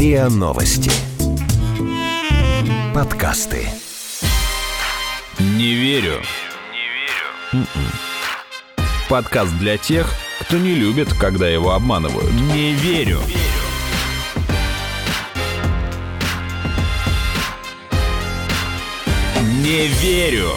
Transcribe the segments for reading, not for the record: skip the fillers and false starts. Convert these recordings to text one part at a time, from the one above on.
РИА Новости. Подкасты. Не верю. Подкаст для тех, кто не любит, когда его обманывают. Не верю. Не верю.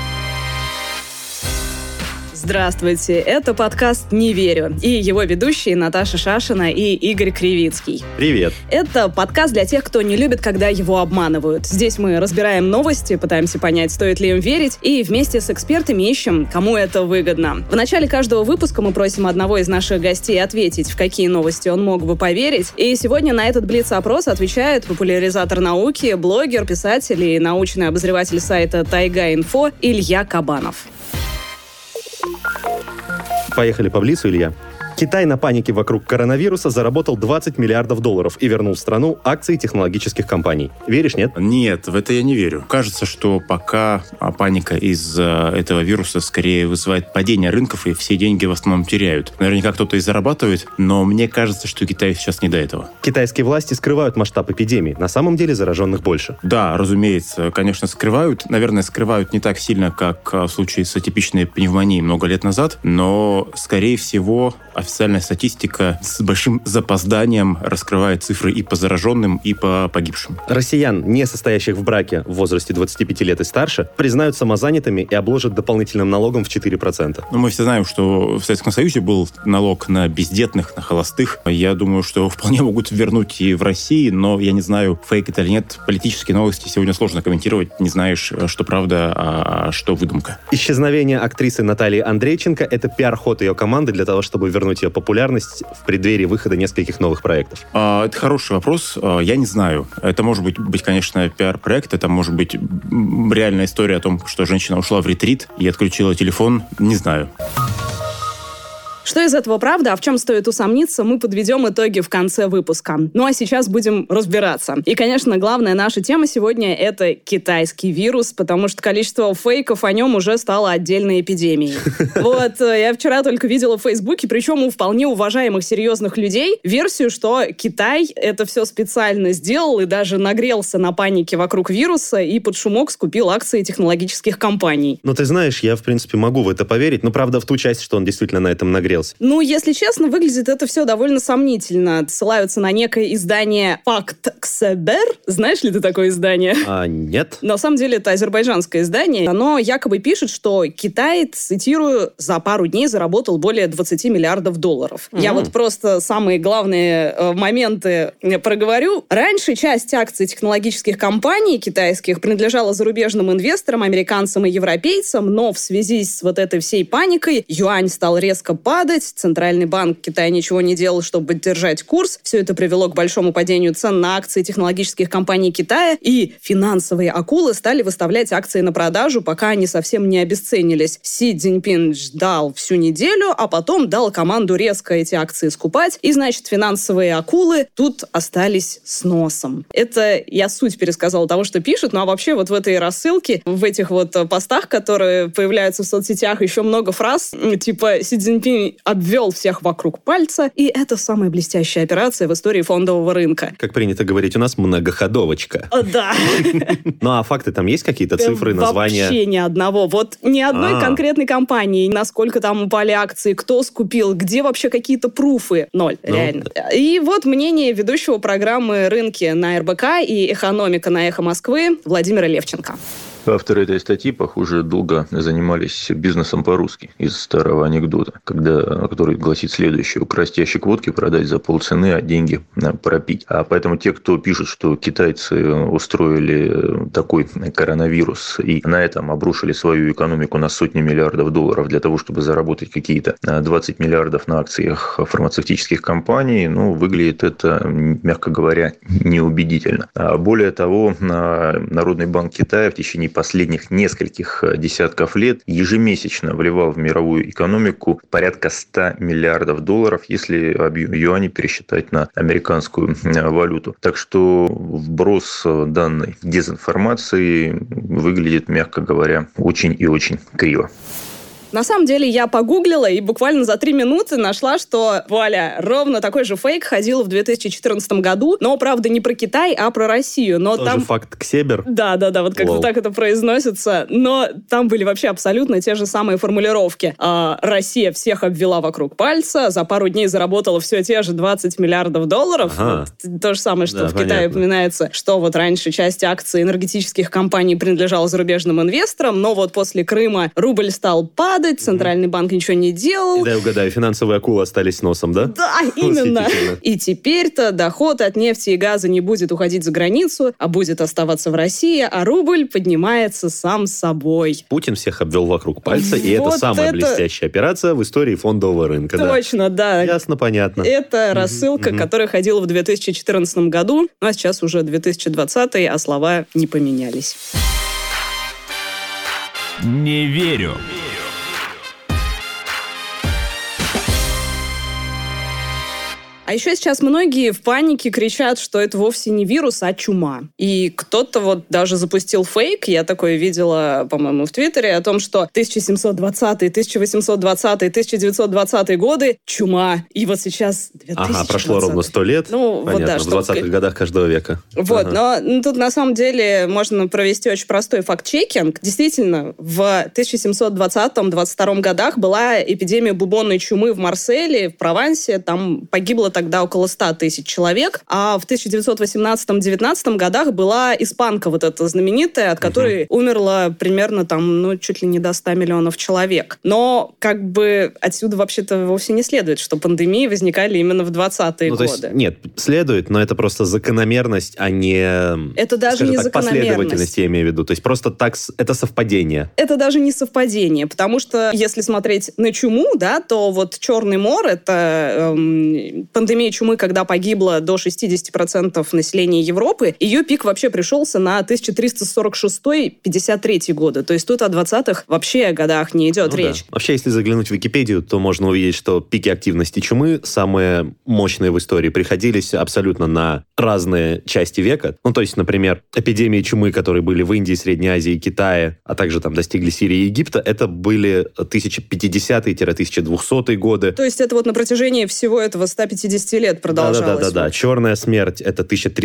Здравствуйте, это подкаст «Не верю» и его ведущие Наташа Шашина и Игорь Кривицкий. Привет. Это подкаст для тех, кто не любит, когда его обманывают. Здесь мы разбираем новости, пытаемся понять, стоит ли им верить, и вместе с экспертами ищем, кому это выгодно. В начале каждого выпуска мы просим одного из наших гостей ответить, в какие новости он мог бы поверить. И сегодня на этот блиц-опрос отвечает популяризатор науки, блогер, писатель и научный обозреватель сайта Тайга.Инфо Илья Кабанов. Поехали по блицу, Илья. Китай на панике вокруг коронавируса заработал $20 миллиардов и вернул в страну акции технологических компаний. Веришь, нет? Нет, в это я не верю. Кажется, что пока паника из-за этого вируса скорее вызывает падение рынков, и все деньги в основном теряют. Наверняка кто-то и зарабатывает, но мне кажется, что Китаю сейчас не до этого. Китайские власти скрывают масштаб эпидемии. На самом деле зараженных больше. Да, разумеется, конечно, скрывают. Наверное, скрывают не так сильно, как в случае с атипичной пневмонией много лет назад, но, скорее всего, официальная статистика с большим запозданием раскрывает цифры и по зараженным, и по погибшим. Россиян, не состоящих в браке в возрасте 25 лет и старше, признают самозанятыми и обложат дополнительным налогом в 4%. Но мы все знаем, что в Советском Союзе был налог на бездетных, на холостых. Я думаю, что вполне могут вернуть и в России, но я не знаю, фейк это или нет. Политические новости сегодня сложно комментировать. Не знаешь, что правда, а что выдумка. Исчезновение актрисы Натальи Андрейченко – это пиар-ход ее команды для того, чтобы вернуть ее популярность в преддверии выхода нескольких новых проектов? Это хороший вопрос. Я не знаю. Это может быть, конечно, пиар-проект. Это может быть реальная история о том, что женщина ушла в ретрит и отключила телефон. Не знаю. Что из этого правда, а в чем стоит усомниться, мы подведем итоги в конце выпуска. Ну а сейчас будем разбираться. И, конечно, главная наша тема сегодня — это китайский вирус, потому что количество фейков о нем уже стало отдельной эпидемией. Вот, я вчера только видела в Фейсбуке, причем у вполне уважаемых, серьезных людей, версию, что Китай это все специально сделал и даже нагрелся на панике вокруг вируса и под шумок скупил акции технологических компаний. Ну, ты знаешь, я, в принципе, могу в это поверить, но, правда, в ту часть, что он действительно на этом нагрелся. Ну, если честно, выглядит это все довольно сомнительно. Ссылаются на некое издание «Факт-Ксебер». Знаешь ли ты такое издание? Нет. На самом деле это азербайджанское издание. Оно якобы пишет, что Китай, цитирую, за пару дней заработал более $20 миллиардов. Я вот просто самые главные моменты проговорю. Раньше часть акций технологических компаний китайских принадлежала зарубежным инвесторам, американцам и европейцам, но в связи с вот этой всей паникой юань стал резко падать, Центральный банк Китая ничего не делал, чтобы поддержать курс. Все это привело к большому падению цен на акции технологических компаний Китая, и финансовые акулы стали выставлять акции на продажу, пока они совсем не обесценились. Си Цзиньпин ждал всю неделю, а потом дал команду резко эти акции скупать, и, значит, финансовые акулы тут остались с носом. Это я суть пересказала того, что пишут, ну а вообще вот в этой рассылке, в этих вот постах, которые появляются в соцсетях, еще много фраз, типа «Си Цзиньпин обвел всех вокруг пальца, и это самая блестящая операция в истории фондового рынка». Как принято говорить у нас, многоходовочка. Да. Ну а факты там есть какие-то, цифры, названия? Вообще ни одного. Вот ни одной конкретной компании. Насколько там упали акции, кто скупил, где вообще какие-то пруфы. Ноль, реально. И вот мнение ведущего программы «Рынки» на РБК и «Экономика» на «Эхо Москвы» Владимира Левченко. Авторы этой статьи, похоже, долго занимались бизнесом по-русски из старого анекдота, который гласит следующее: украсть ящик водки, продать за полцены, а деньги пропить. А поэтому те, кто пишет, что китайцы устроили такой коронавирус и на этом обрушили свою экономику на сотни миллиардов долларов для того, чтобы заработать какие-то 20 миллиардов на акциях фармацевтических компаний, выглядит это, мягко говоря, неубедительно. Более того, Народный банк Китая в течение последних нескольких десятков лет ежемесячно вливал в мировую экономику порядка 100 миллиардов долларов, если юани пересчитать на американскую валюту. Так что вброс данной дезинформации выглядит, мягко говоря, очень и очень криво. На самом деле я погуглила и буквально за 3 минуты нашла, что, вуаля, ровно такой же фейк ходил в 2014 году, но, правда, не про Китай, а про Россию. Но тоже там... факт Ксебер. Да, вот как-то так это произносится. Но там были вообще абсолютно те же самые формулировки. Россия всех обвела вокруг пальца, за пару дней заработала все те же 20 миллиардов долларов. Ага. Вот, то же самое, что Да, в Китае понятно. упоминается, что вот раньше часть акций энергетических компаний принадлежала зарубежным инвесторам, но вот после Крыма рубль стал падать, центральный банк ничего не делал. Дай угадаю, финансовые акулы остались с носом, да? Да, именно. Восхитительно. И теперь-то доход от нефти и газа не будет уходить за границу, а будет оставаться в России, а рубль поднимается сам собой. Путин всех обвел вокруг пальца, и это Вот самая это- операция в истории фондового рынка. Да. Точно, да. Ясно, понятно. Это рассылка, которая ходила в 2014 году, ну, а сейчас уже 2020, а слова не поменялись. Не верю. А еще сейчас многие в панике кричат, что это вовсе не вирус, а чума. И кто-то вот даже запустил фейк, я такое видела, по-моему, в Твиттере, о том, что 1720, 1820, 1920 годы чума. И вот сейчас 2020. Ага, прошло ровно 100 лет. Ну, вот да, Понятно, в 20-х годах каждого века. Вот, Ага. но тут на самом деле можно провести очень простой факт-чекинг. Действительно, в 1720-22 годах была эпидемия бубонной чумы в Марселе, в Провансе. Там погибло тогда около 100 тысяч человек. А в 1918-19 годах была испанка вот эта знаменитая, от которой умерло примерно там, ну, чуть ли не до 100 миллионов человек. Но как бы отсюда вообще-то вовсе не следует, что пандемии возникали именно в 20-е Ну, то годы. есть, нет, следует, но это просто закономерность, а не... Это даже скажем не так, закономерность. последовательность, я имею в виду. То есть просто так, это совпадение. Это даже не совпадение, потому что если смотреть на чуму, да, то вот Черный мор — это пандемия чумы, когда погибло до 60% населения Европы. Ее пик вообще пришелся на 1346-53 годы. То есть тут о 20-х вообще о годах не идет Ну речь. да. Вообще, если заглянуть в Википедию, то можно увидеть, что пики активности чумы, самые мощные в истории, приходились абсолютно на разные части века. Ну, то есть, например, эпидемии чумы, которые были в Индии, Средней Азии и Китае, а также там достигли Сирии и Египта, это были 1050-1200 годы. То есть это вот на протяжении всего этого 150 лет продолжалось. Да. Черная смерть — это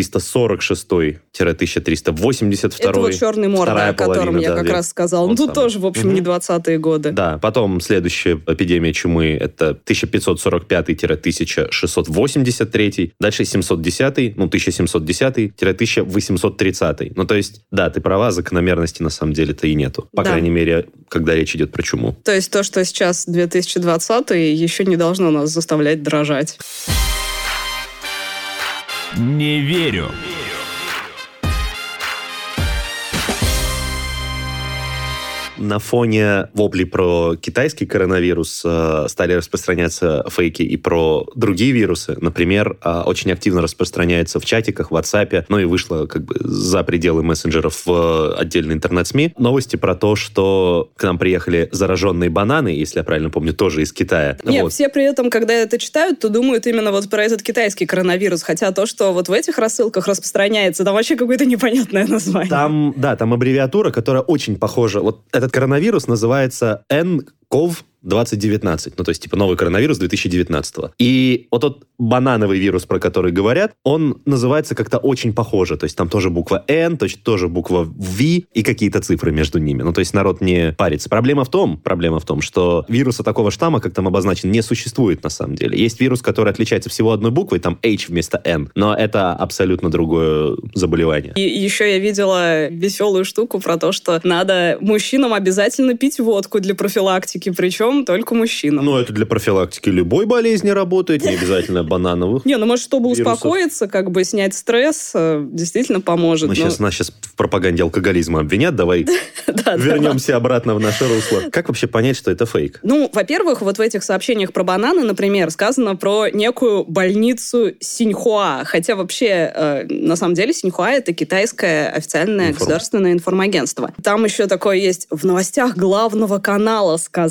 1346-1382. Это вот Черный мор, да, о котором я как раз сказал. Ну, тут тоже, в общем, не 20-е годы. Да, потом следующая эпидемия чумы — это 1545-1683, дальше 710, 1710-1830. Ну, то есть, да, ты права, закономерности на самом деле-то и нету. По крайней мере, когда речь идет про чуму. То есть то, что сейчас 2020, еще не должно нас заставлять дрожать. Не верю. На фоне воплей про китайский коронавирус стали распространяться фейки и про другие вирусы. Например, очень активно распространяется в чатиках, в WhatsApp, ну и вышло как бы за пределы мессенджеров в отдельные интернет-СМИ. Новости про то, что к нам приехали зараженные бананы, если я правильно помню, тоже из Китая. Нет, Вот. все при этом, когда это читают, то думают именно вот про этот китайский коронавирус. Хотя то, что вот в этих рассылках распространяется, там вообще какое-то непонятное название. Там аббревиатура, которая очень похожа. Вот этот коронавирус называется nCoV-2019. Ну, то есть, типа, новый коронавирус 2019. И вот тот банановый вирус, про который говорят, он называется как-то очень похоже. То есть, там тоже буква N, тоже буква V и какие-то цифры между ними. Ну, то есть, народ не парится. Проблема в том, что вируса такого штамма, как там обозначен, не существует на самом деле. Есть вирус, который отличается всего одной буквой, там H вместо N. Но это абсолютно другое заболевание. И еще я видела веселую штуку про то, что надо мужчинам обязательно пить водку для профилактики, причем только мужчинам. Ну, это для профилактики любой болезни работает, не обязательно банановых. Не, ну может, чтобы вирусов. успокоиться, как бы снять стресс, действительно поможет. Нас сейчас в пропаганде алкоголизма обвинят, давай Да, вернемся обратно в наше русло. Как вообще понять, что это фейк? Ну, во-первых, вот в этих сообщениях про бананы, например, сказано про некую больницу Синьхуа. Хотя вообще, на самом деле, Синьхуа — это китайское официальное государственное информагентство. Там еще такое есть: в новостях главного канала сказали.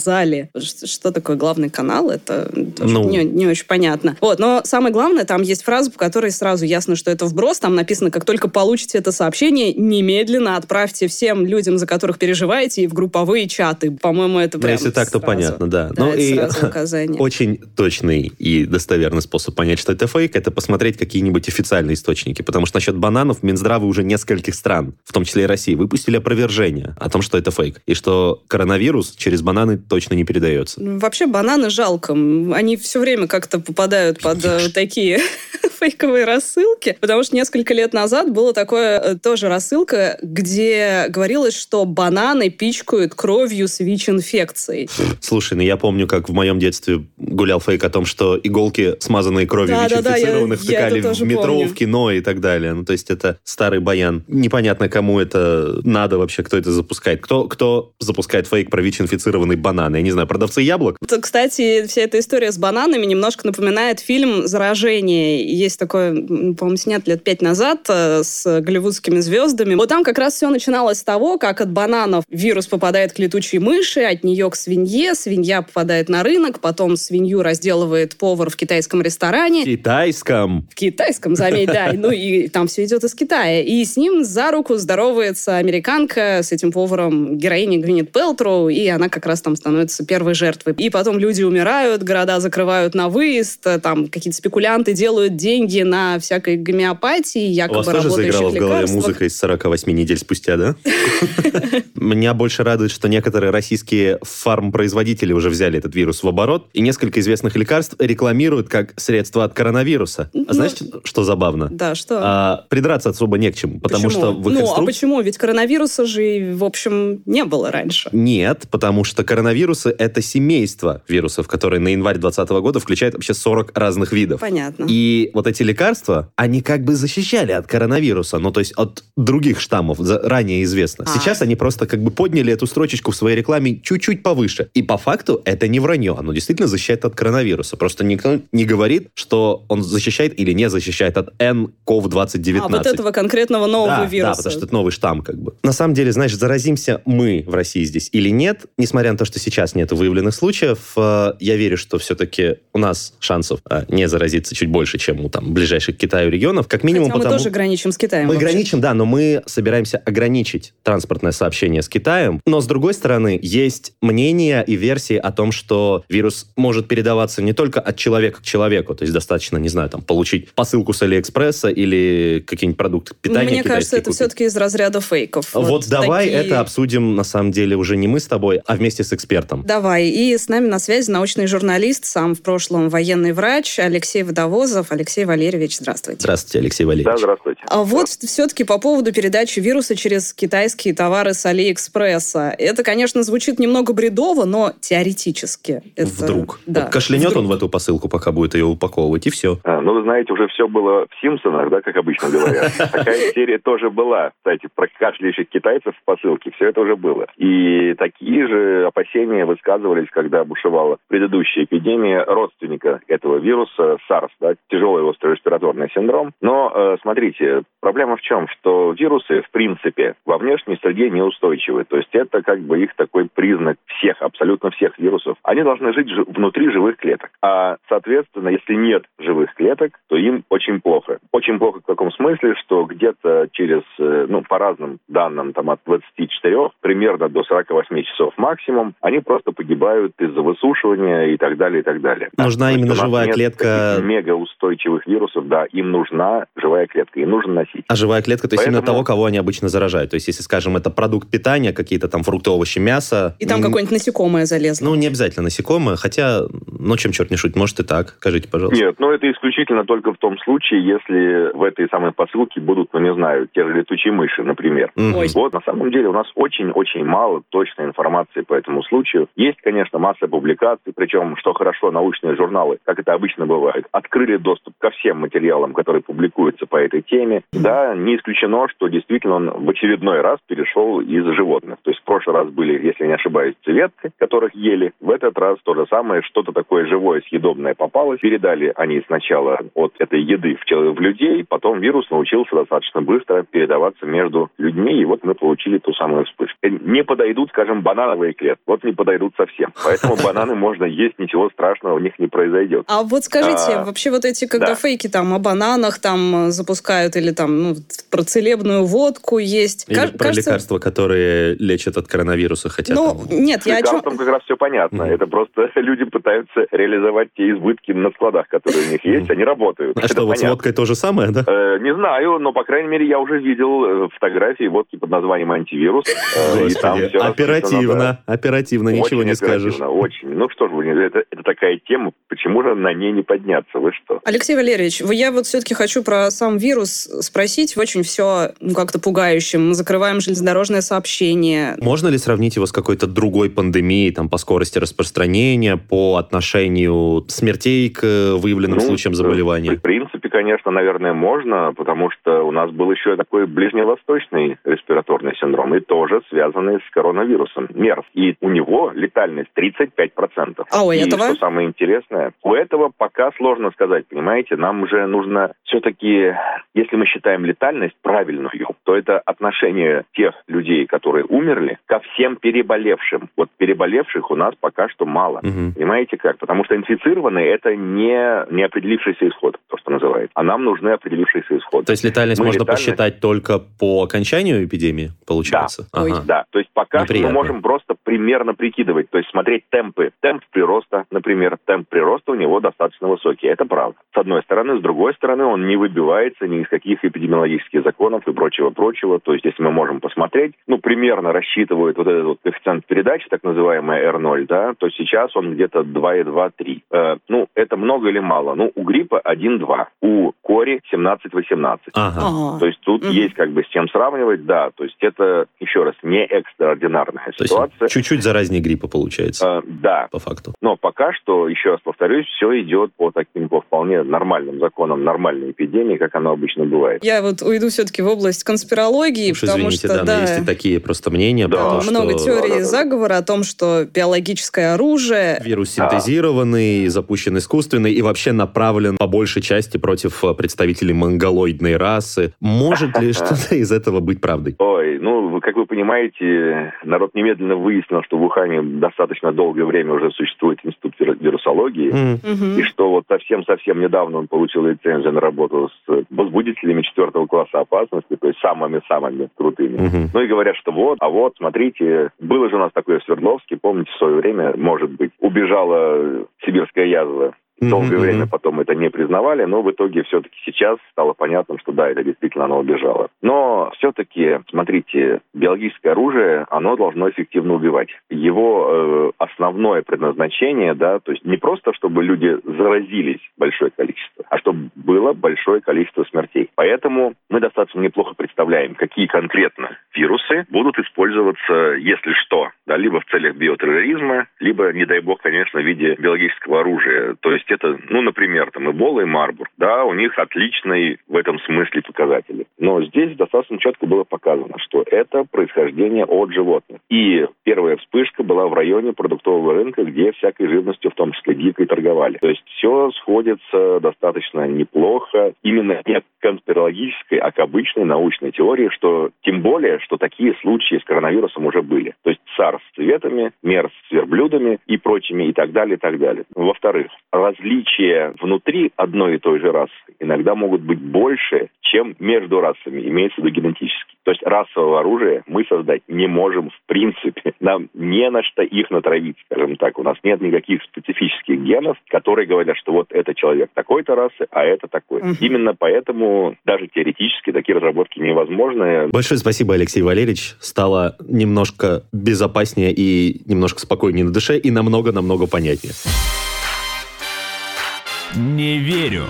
сказали. Что такое главный канал? Это тоже не очень понятно. Вот, но самое главное, там есть фраза, по которой сразу ясно, что это вброс. Там написано, как только получите это сообщение, немедленно отправьте всем людям, за которых переживаете, и в групповые чаты. По-моему, это прям если так, то сразу. понятно, да. Да, Ну это и сразу указание. очень точный и достоверный способ понять, что это фейк, это посмотреть какие-нибудь официальные источники. Потому что насчет бананов Минздравы уже нескольких стран, в том числе и России, выпустили опровержение о том, что это фейк. И что коронавирус через бананы точно не передается. Вообще бананы жалко. Они все время как-то попадают под такие фейковые рассылки. Потому что несколько лет назад была такая тоже рассылка, где говорилось, что бананы пичкают кровью с ВИЧ-инфекцией. Слушай, ну я помню, как в моем детстве гулял фейк о том, что иголки, смазанные кровью ВИЧ-инфицированных, втыкали в метро, в кино и так далее. Ну, то есть это старый баян. Непонятно, кому это надо вообще, кто это запускает. Кто запускает фейк про ВИЧ-инфицированные бананы? Я не знаю, продавцы яблок? Кстати, вся эта история с бананами немножко напоминает фильм «Заражение». Есть такой, по-моему, снят лет 5 назад с голливудскими звездами. Вот там как раз все начиналось с того, как от бананов вирус попадает к летучей мыши, от нее к свинье, свинья попадает на рынок, потом свинью разделывает повар в китайском ресторане. В китайском, заметь, да. Ну и там все идет из Китая. И с ним за руку здоровается американка, с этим поваром, героиня Гвинет Пэлтроу, и она как раз там становится первой жертвой. И потом люди умирают, города закрывают на выезд, там какие-то спекулянты делают деньги на всякой гомеопатии, якобы работающих лекарствах. У вас тоже заиграла в голове музыка из 48 недель спустя, да? Меня больше радует, что некоторые российские фармпроизводители уже взяли этот вирус в оборот, и несколько известных лекарств рекламируют как средство от коронавируса. А знаешь, что забавно? Да, что? Придраться особо не к чему, потому что в их а почему? Ведь коронавируса же, в общем, не было раньше. Нет, потому что коронавирусы — это семейство вирусов, которые на январь 2020 года включают вообще 40 разных видов. Понятно. И вот эти лекарства, они как бы защищали от коронавируса, ну, то есть от других штаммов, ранее известных. Сейчас они просто как бы подняли эту строчечку в своей рекламе чуть-чуть повыше. И по факту это не вранье, оно действительно защищает от коронавируса. Просто никто не говорит, что он защищает или не защищает от nCoV-2019. Вот этого конкретного нового вируса. Да, потому что это новый штамм как бы. На самом деле, знаешь, заразимся мы в России здесь или нет, несмотря на то, что сейчас нет выявленных случаев, я верю, что все-таки у нас шансов не заразиться чуть больше, чем у там ближайших к Китаю регионов. Как минимум Хотя мы тоже граничим с Китаем. Мы граничим, да, но мы собираемся ограничить транспортное сообщение с Китаем. Но, с другой стороны, есть мнения и версии о том, что вирус может передаваться не только от человека к человеку, то есть достаточно, не знаю, там, получить посылку с Алиэкспресса или какие-нибудь продукты питания. Мне кажется, это все-таки из разряда фейков. Вот давай это обсудим, на самом деле, уже не мы с тобой, а вместе с экспертом. Давай. И с нами на связи научный журналист, сам в прошлом военный врач Алексей Водовозов. Алексей Валерьевич, здравствуйте. Здравствуйте, Алексей Валерьевич. Да, здравствуйте. А вот все-таки по поводу передачи вируса через китайские товары с Алиэкспресса. Это, конечно, звучит немного бредово, но теоретически. Вдруг. Да. Вот кашлянет он в эту посылку, пока будет ее упаковывать, и все. Ну, вы знаете, уже все было в «Симпсонах», да, как обычно говорят. Такая серия тоже была. Кстати, про кашляющих китайцев в посылке. Все это уже было. И такие же опасения высказывались, когда бушевала предыдущая эпидемия родственника этого вируса, SARS, да, тяжелый острый респираторный синдром. Но, смотрите, проблема в чем? Что вирусы, в принципе, во внешней среде неустойчивы. То есть это как бы их такой признак всех, абсолютно всех вирусов. Они должны жить внутри живых клеток. А, соответственно, если нет живых клеток, то им очень плохо. Очень плохо в каком смысле, что где-то через, по разным данным, там от 24 примерно до 48 часов максимум, они просто погибают из-за высушивания и так далее, и так далее. Нужна именно живая клетка. Мегаустойчивых вирусов, да, им нужна живая клетка, им нужно носить. А живая клетка, то есть именно того, кого они обычно заражают. То есть, если, скажем, это продукт питания, какие-то там фрукты, овощи, мясо. И там какое-нибудь насекомое залезло. Ну, не обязательно насекомое, хотя, чем черт не шутит, может и так. Скажите, пожалуйста. Нет, это исключительно только в том случае, если в этой самой посылке будут, не знаю, те же летучие мыши, например. Вот, на самом деле, у нас очень-очень мало точной информации по этому случаю. Есть, конечно, масса публикаций, причем, что хорошо, научные журналы, как это обычно бывает, открыли доступ ко всем материалам, которые публикуются по этой теме. Да, не исключено, что действительно он в очередной раз перешел из животных. То есть в прошлый раз были, если не ошибаюсь, цветки, которых ели. В этот раз то же самое, что-то такое живое, съедобное попалось. Передали они сначала от этой еды в людей, потом вирус научился достаточно быстро передаваться между людьми, и вот мы получили ту самую вспышку. Не подойдут, скажем, банановые клетки. Вот наоборот, не подойдут совсем. Поэтому бананы можно есть, ничего страшного у них не произойдет. А вот скажите, вообще вот эти, когда фейки там о бананах там запускают, или там про целебную водку есть. Или про лекарства, которые лечат от коронавируса, хотя нет, я о чем... Лекарствам как раз все понятно. Это просто люди пытаются реализовать те избытки на складах, которые у них есть, они работают. А что, вот с водкой то же самое, да? Не знаю, но, по крайней мере, я уже видел фотографии водки под названием «Антивирус». Оперативно, ничего не скажешь. Очень. Ну что ж, это такая тема, почему же на ней не подняться? Вы что? Алексей Валерьевич, я вот все-таки хочу про сам вирус спросить. Очень все как-то пугающим. Мы закрываем железнодорожное сообщение. Можно ли сравнить его с какой-то другой пандемией, там, по скорости распространения, по отношению смертей к выявленным случаям заболевания? В принципе, конечно, наверное, можно, потому что у нас был еще такой ближневосточный респираторный синдром, и тоже связанный с коронавирусом, МЕРС. И у него летальность 35%. А у этого? Что самое интересное, у этого пока сложно сказать, понимаете, нам уже нужно все-таки, если мы считаем летальность правильную, то это отношение тех людей, которые умерли, ко всем переболевшим. Вот переболевших у нас пока что мало. Понимаете как? Потому что инфицированные — это не определившийся исход, то, что называется. А нам нужны определившиеся исходы. То есть летальность можно посчитать только по окончанию эпидемии, получается? Да. Да. То есть пока что мы можем просто примерно прикидывать, то есть смотреть темпы. Темп прироста, например, темп прироста у него достаточно высокий. Это правда. С одной стороны. С другой стороны, он не выбивается ни из каких эпидемиологических законов и прочего-прочего. То есть если мы можем посмотреть, примерно рассчитывают вот этот коэффициент передачи, так называемый R0, да, то сейчас он где-то 2,2-3. Это много или мало? У гриппа 1,2. У кори 17-18. То есть тут есть как бы с чем сравнивать, да. То есть это, еще раз, не экстраординарная ситуация. То есть чуть-чуть заразнее гриппа получается. Да. По факту. Но пока что, еще раз повторюсь, все идет по вполне нормальным законам нормальной эпидемии, как оно обычно бывает. Я уйду все-таки в область конспирологии, потому извините, что... но есть и такие просто мнения. Много теорий заговора о том, что биологическое оружие... Вирус синтезированный, запущен искусственный и вообще направлен по большей части против представителей монголоидной расы. Может ли что-то из этого быть правдой? Как вы понимаете, народ немедленно выяснил, что в Ухане достаточно долгое время уже существует институт вирусологии, и что вот совсем недавно он получил лицензию на работу с возбудителями 4 класса опасности, то есть самыми-самыми крутыми. И говорят, что смотрите, было же у нас такое в Свердловске, помните, в свое время, может быть, убежала сибирская язва. Долгое время потом это не признавали, но в итоге все-таки сейчас стало понятно, что да, это действительно оно убежало. Но все-таки, смотрите, биологическое оружие, оно должно эффективно убивать. Его основное предназначение, да, то есть не просто, чтобы люди заразились большое количество, а чтобы было большое количество смертей. Поэтому мы достаточно неплохо представляем, какие конкретно вирусы будут использоваться, если что, да, либо в целях биотерроризма, либо, не дай бог, конечно, в виде биологического оружия. То есть это, например, Эбола и Марбург, да, у них отличные в этом смысле показатели. Но здесь достаточно четко было показано, что это происхождение от животных. И первая вспышка была в районе продуктового рынка, где всякой живностью, в том числе дикой, торговали. То есть все сходится достаточно неплохо, именно не к конспирологической, а к обычной научной теории, что тем более, что такие случаи с коронавирусом уже были. То есть SARS с цветами, MERS с верблюдами и прочими, и так далее, и так далее. Во-вторых, различия внутри одной и той же расы иногда могут быть больше, чем между расами, имеется в виду генетически. То есть расового оружия мы создать не можем в принципе. Нам не на что их натравить, скажем так. У нас нет никаких специфических генов, которые говорят, что вот это человек такой-то расы, а это такой. Именно поэтому даже теоретически такие разработки невозможны. Большое спасибо, Алексей Валерьевич. Стало немножко безопаснее и немножко спокойнее на душе и намного-намного понятнее. Не верю.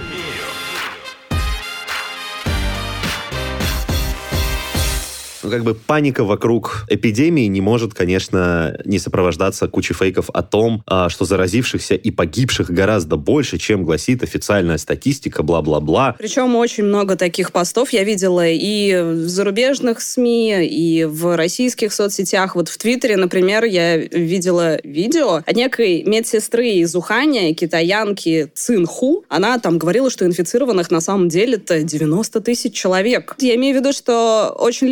Паника вокруг эпидемии не может, конечно, не сопровождаться кучей фейков о том, что заразившихся и погибших гораздо больше, чем гласит официальная статистика, бла-бла-бла. Причем очень много таких постов я видела и в зарубежных СМИ, и в российских соцсетях. Вот в Твиттере, например, я видела видео от некой медсестры из Уханя, китаянки Цинху. Она там говорила, что инфицированных на самом деле-то 90 тысяч человек. Я имею в виду, что очень легко в это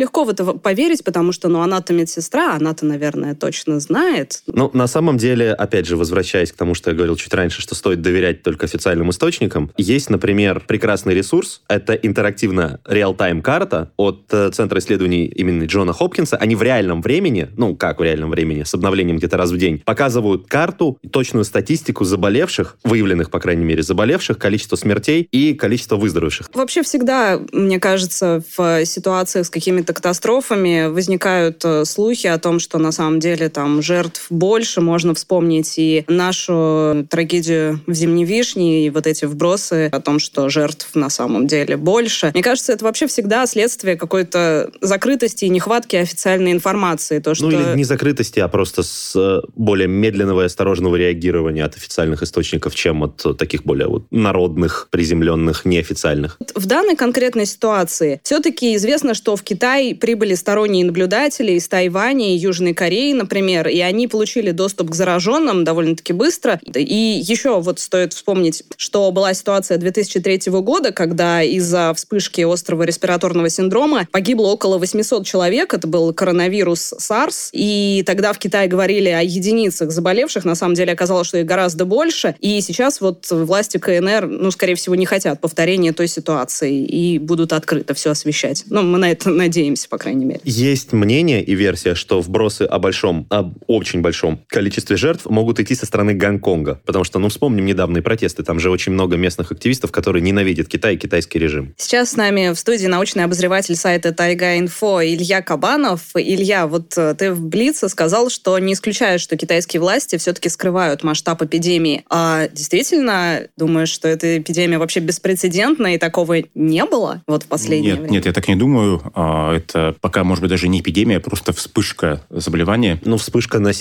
поверить, потому что, она-то медсестра, она-то, наверное, точно знает. На самом деле, опять же, возвращаясь к тому, что я говорил чуть раньше, что стоит доверять только официальным источникам, есть, например, прекрасный ресурс, это интерактивная реал-тайм карта от Центра исследований имени Джона Хопкинса. Они в реальном времени, как в реальном времени, с обновлением где-то раз в день, показывают карту, точную статистику заболевших, выявленных, по крайней мере, заболевших, количество смертей и количество выздоровевших. Вообще всегда, мне кажется, в ситуациях с какими-то катастрофами возникают слухи о том, что на самом деле там жертв больше. Можно вспомнить и нашу трагедию в Зимней Вишне, и вот эти вбросы о том, что жертв на самом деле больше. Мне кажется, это вообще всегда следствие какой-то закрытости и нехватки официальной информации. Или не закрытости, а просто с более медленного и осторожного реагирования от официальных источников, чем от таких более народных, приземленных, неофициальных. В данной конкретной ситуации все-таки известно, что в Китай прибыли сторонние наблюдатели из Тайваня и Южной Кореи, например, и они получили доступ к зараженным довольно-таки быстро. И еще стоит вспомнить, что была ситуация 2003 года, когда из-за вспышки острого респираторного синдрома погибло около 800 человек. Это был коронавирус SARS. И тогда в Китае говорили о единицах заболевших. На самом деле оказалось, что их гораздо больше. И сейчас власти КНР, скорее всего, не хотят повторения той ситуации и будут открыто все освещать. Мы на это надеемся, по крайней мере. Есть мнение и версия, что вбросы об очень большом количестве жертв могут идти со стороны Гонконга. Потому что, вспомним недавние протесты. Там же очень много местных активистов, которые ненавидят Китай и китайский режим. Сейчас с нами в студии научный обозреватель сайта Тайга-Инфо Илья Кабанов. Илья, ты в Блице сказал, что не исключаешь, что китайские власти все-таки скрывают масштаб эпидемии. А действительно думаешь, что эта эпидемия вообще беспрецедентная и такого не было в последнее время? Нет, я так не думаю. Это пока, может быть, даже не эпидемия, а просто вспышка заболевания. Вспышка на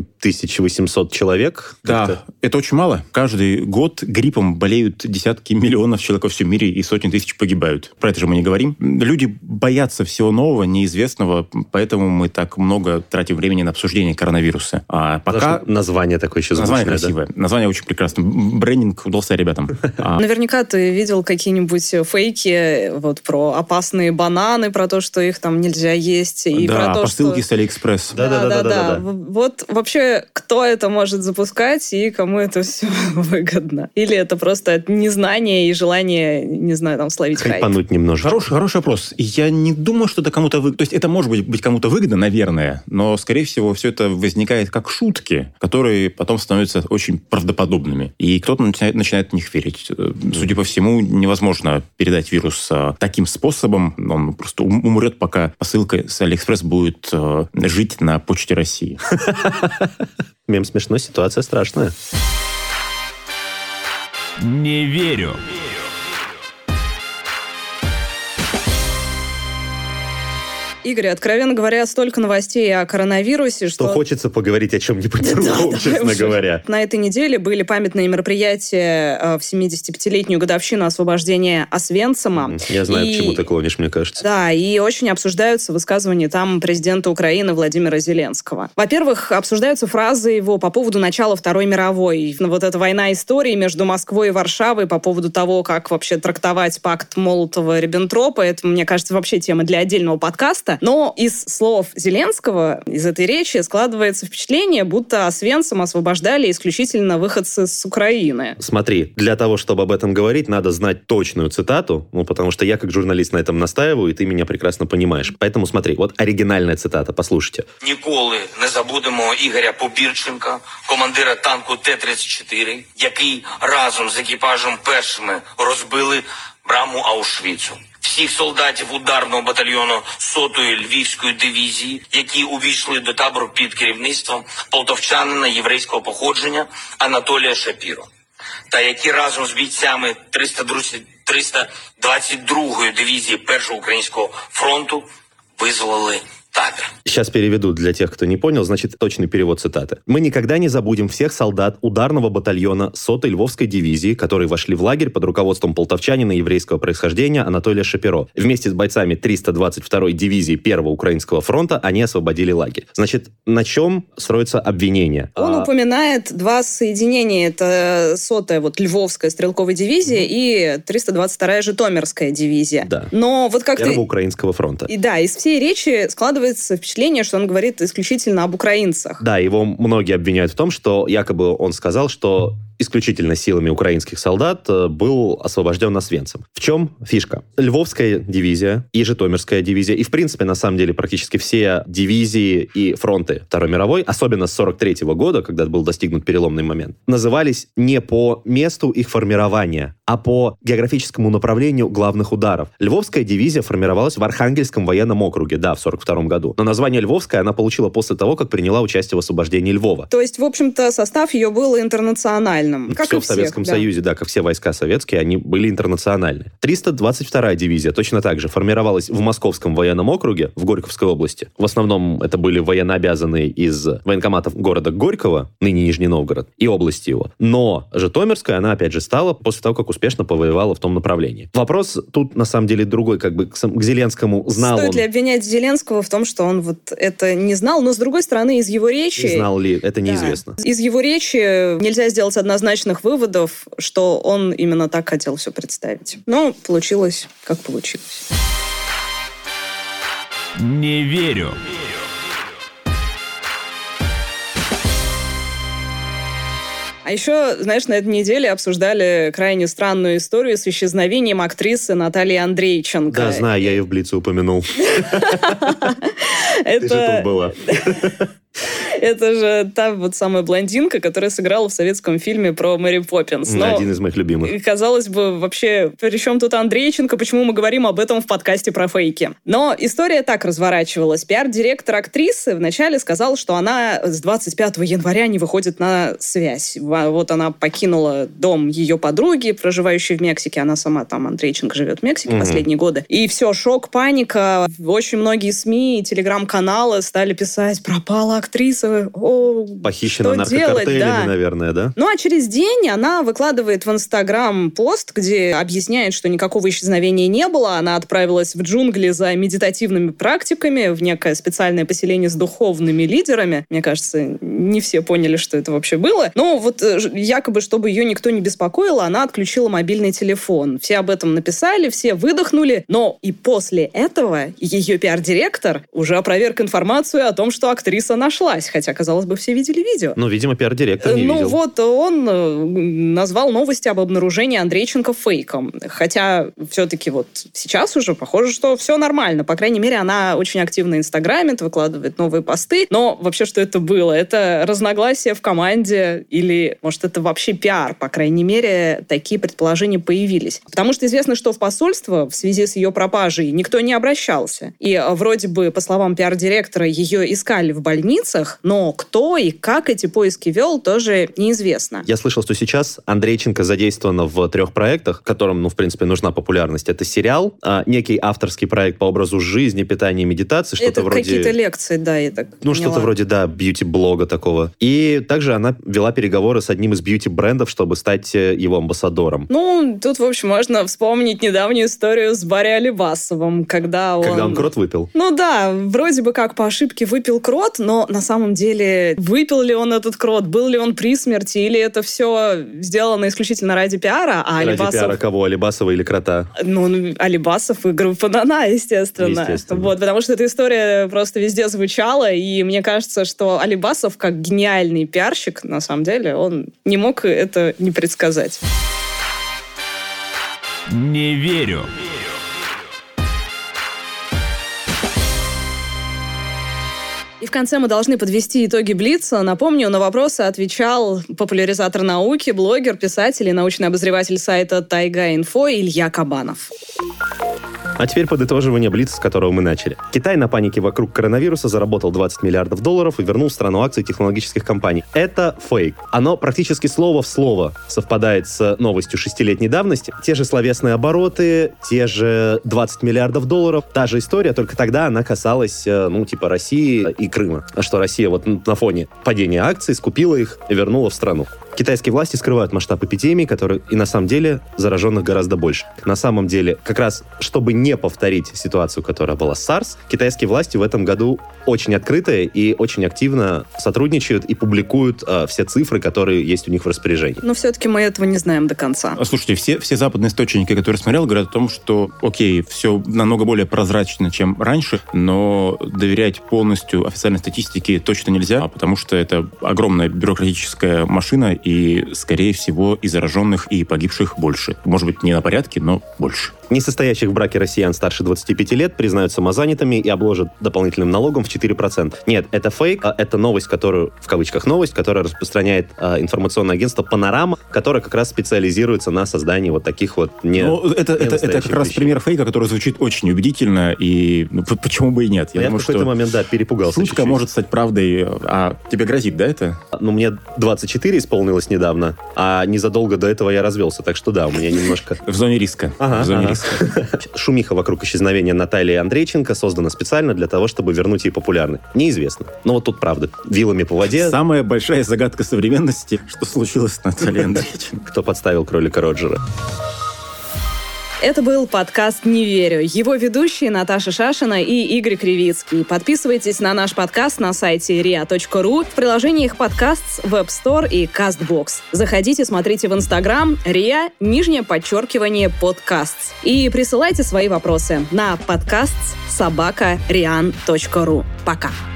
7800 человек. Да, это очень мало. Каждый год гриппом болеют десятки миллионов человек во всем мире и сотни тысяч погибают. Про это же мы не говорим. Люди боятся всего нового, неизвестного, поэтому мы так много тратим времени на обсуждение коронавируса. А пока... Название такое еще звучное. Название красивое. Да? Название очень прекрасное. Брендинг удался ребятам. Наверняка ты видел какие-нибудь фейки про опасные бананы, про то, что их там нельзя есть. И про то, посылки с Алиэкспресс. Да. Вообще, кто это может запускать и кому это все выгодно? Или это просто от незнания и желания, не знаю, словить хайп? Хайпануть немножко. Хороший вопрос. Я не думаю, что это кому-то выгодно. То есть это может быть кому-то выгодно, наверное, но, скорее всего, все это возникает как шутки, которые потом становятся очень правдоподобными. И кто-то начинает в них верить. Судя по всему, невозможно передать вирус таким способом. Он просто умрет, пока посылка с Алиэкспресс будет жить на почте России. Мем смешной, ситуация страшная. Не верю. Игорь, откровенно говоря, столько новостей о коронавирусе, что хочется поговорить о чем-нибудь другом, честно говоря. На этой неделе были памятные мероприятия в 75-летнюю годовщину освобождения Освенцима. Я знаю, к чему ты клонишь, мне кажется. Да, и очень обсуждаются высказывания там президента Украины Владимира Зеленского. Во-первых, обсуждаются фразы его по поводу начала Второй мировой. Эта война истории между Москвой и Варшавой по поводу того, как вообще трактовать пакт Молотова-Риббентропа. Это, мне кажется, вообще тема для отдельного подкаста. Но из слов Зеленского, из этой речи, складывается впечатление, будто Освенцим освобождали исключительно выходцы с Украины. Смотри, для того, чтобы об этом говорить, надо знать точную цитату, потому что я как журналист на этом настаиваю, и ты меня прекрасно понимаешь. Поэтому смотри, оригинальная цитата, послушайте. Ніколи не забудемо Ігоря Побірченка, командира танку Т-34, який разом з екіпажем першими розбили браму Аушвіцу. Всіх солдатів ударного батальйону 100-ї Львівської дивізії, які увійшли до табору під керівництвом полтавчанина єврейського походження Анатолія Шапіро, та які разом з бійцями 322-ї дивізії Першого українського фронту визволили табір. Сейчас переведу для тех, кто не понял, значит, точный перевод цитаты. «Мы никогда не забудем всех солдат ударного батальона 100-й Львовской дивизии, которые вошли в лагерь под руководством полтавчанина еврейского происхождения Анатолия Шапиро. Вместе с бойцами 322-й дивизии 1-го Украинского фронта они освободили лагерь». Значит, на чем строится обвинение? Он упоминает два соединения. Это 100-я Львовская стрелковая дивизия и 322-я Житомирская дивизия. Да. Но вот как-то... 1-го Украинского фронта. И да, из всей речи складывается впечатление, что он говорит исключительно об украинцах. Да, его многие обвиняют в том, что якобы он сказал, что исключительно силами украинских солдат был освобожден Освенцим. В чем фишка? Львовская дивизия и Житомирская дивизия, и в принципе, на самом деле, практически все дивизии и фронты Второй мировой, особенно с 43-го года, когда был достигнут переломный момент, назывались не по месту их формирования, а по географическому направлению главных ударов. Львовская дивизия формировалась в Архангельском военном округе, да, в 42-м году. Но название Львовская она получила после того, как приняла участие в освобождении Львова. То есть, в общем-то, состав ее был интернациональным. Как все и в Советском Союзе, да, как все войска советские, они были интернациональные. 322-я дивизия точно так же формировалась в Московском военном округе, в Горьковской области. В основном это были военнообязанные из военкоматов города Горького, ныне Нижний Новгород, и области его. Но Житомирская, она опять же стала после того, как успешно повоевала в том направлении. Вопрос тут, на самом деле, другой, как бы к Зеленскому знал Стоит он... ли обвинять Зеленского в том, что он это не знал, но, с другой стороны, из его речи... Не знал ли, это неизвестно. Да. Из его речи нельзя сделать однозначных выводов, что он именно так хотел все представить. Но получилось, как получилось. Не верю. А еще, знаешь, на этой неделе обсуждали крайне странную историю с исчезновением актрисы Натальи Андрейченко. Да, знаю, я ее в Блице упомянул. Ты же тут была. Это же та самая блондинка, которая сыграла в советском фильме про Мэри Поппинс. Один из моих любимых. Казалось бы, вообще, при чем тут Андрейченко, почему мы говорим об этом в подкасте про фейки? Но история так разворачивалась. Пиар-директор актрисы вначале сказал, что она с 25 января не выходит на связь. Вот она покинула дом ее подруги, проживающей в Мексике. Она сама там, Андрейченко, живет в Мексике последние годы. И все, шок, паника. Очень многие СМИ и телеграм-каналы стали писать: пропала актриса. Похищена наркокартелями, наверное, да? Ну, а через день она выкладывает в Инстаграм пост, где объясняет, что никакого исчезновения не было. Она отправилась в джунгли за медитативными практиками, в некое специальное поселение с духовными лидерами. Мне кажется, не все поняли, что это вообще было. Но вот якобы, чтобы ее никто не беспокоил, она отключила мобильный телефон. Все об этом написали, все выдохнули. Но и после этого ее пиар-директор уже опроверг информацию о том, что актриса нашлась. Хотя, казалось бы, все видели видео. Ну, видимо, пиар-директор не видел. Ну, вот он назвал новости об обнаружении Андрейченко фейком. Хотя все-таки вот сейчас уже похоже, что все нормально. По крайней мере, она очень активно инстаграмит, выкладывает новые посты. Но вообще, что это было? Это разногласия в команде или, может, это вообще пиар? По крайней мере, такие предположения появились. Потому что известно, что в посольство в связи с ее пропажей никто не обращался. И вроде бы, по словам пиар-директора, ее искали в больницах, но кто и как эти поиски вел, тоже неизвестно. Я слышал, что сейчас Андрейченко задействована в 3 проектах, которым, в принципе, нужна популярность. Это сериал, некий авторский проект по образу жизни, питания и медитации, что-то это вроде... какие-то лекции, да, я так поняла. что-то вроде, да, бьюти-блога такого. И также она вела переговоры с одним из бьюти-брендов, чтобы стать его амбассадором. Ну, тут, в общем, можно вспомнить недавнюю историю с Барри Алибасовым, когда он крот выпил? Ну да, вроде бы как по ошибке выпил крот, но на самом деле выпил ли он этот крот, был ли он при смерти, или это все сделано исключительно ради пиара, а ради пиара кого? Алибасова или крота? Ну, Алибасов и группа «Нана», естественно. Вот, потому что эта история просто везде звучала, и мне кажется, что Алибасов, как гениальный пиарщик, на самом деле, он не мог это не предсказать. Не верю. И в конце мы должны подвести итоги Блица. Напомню, на вопросы отвечал популяризатор науки, блогер, писатель и научный обозреватель сайта Тайга.Инфо Илья Кабанов. А теперь подытоживание блица, с которого мы начали. Китай на панике вокруг коронавируса заработал $20 миллиардов и вернул в страну акции технологических компаний. Это фейк. Оно практически слово в слово совпадает с новостью 6-летней давности. Те же словесные обороты, те же $20 миллиардов. Та же история, только тогда она касалась, России и Крыма. А что Россия вот на фоне падения акций скупила их и вернула в страну. Китайские власти скрывают масштаб эпидемии, который и на самом деле зараженных гораздо больше. На самом деле, как раз, чтобы не повторить ситуацию, которая была с SARS, китайские власти в этом году очень открытые и очень активно сотрудничают и публикуют все цифры, которые есть у них в распоряжении. Но все-таки мы этого не знаем до конца. Слушайте, все западные источники, которые я смотрел, говорят о том, что, окей, все намного более прозрачно, чем раньше, но доверять полностью официальной статистике точно нельзя, потому что это огромная бюрократическая машина, и, скорее всего, и зараженных, и погибших больше. Может быть, не на порядке, но больше. Несостоящих в браке россиян старше 25 лет признают самозанятыми и обложат дополнительным налогом в 4%. Нет, это фейк, это новость, которую, в кавычках новость, которая распространяет информационное агентство «Панорама», которое как раз специализируется на создании вот таких вот это как раз пример фейка, который звучит очень убедительно, и почему бы и нет? Я думаю, в какой-то момент, перепугался. Шутка чуть-чуть может стать правдой, а тебе грозит, да, это? Мне 24 исполнилось недавно, а незадолго до этого я развелся, так что да, у меня немножко... В зоне риска. В зоне риска. Шумиха вокруг исчезновения Натальи Андрейченко создана специально для того, чтобы вернуть ей популярность. Неизвестно. Но вот тут правда. Вилами по воде. Самая большая загадка современности, что случилось с Натальей Андрейченко. Кто подставил кролика Роджера. Это был подкаст «Не верю». Его ведущие Наташа Шашина и Игорь Кривицкий. Подписывайтесь на наш подкаст на сайте ria.ru, в приложениях подкаст, Web Store и CastBox. Заходите, смотрите в Instagram ria_подкаст. И присылайте свои вопросы на подкаст@rian.ru. Пока.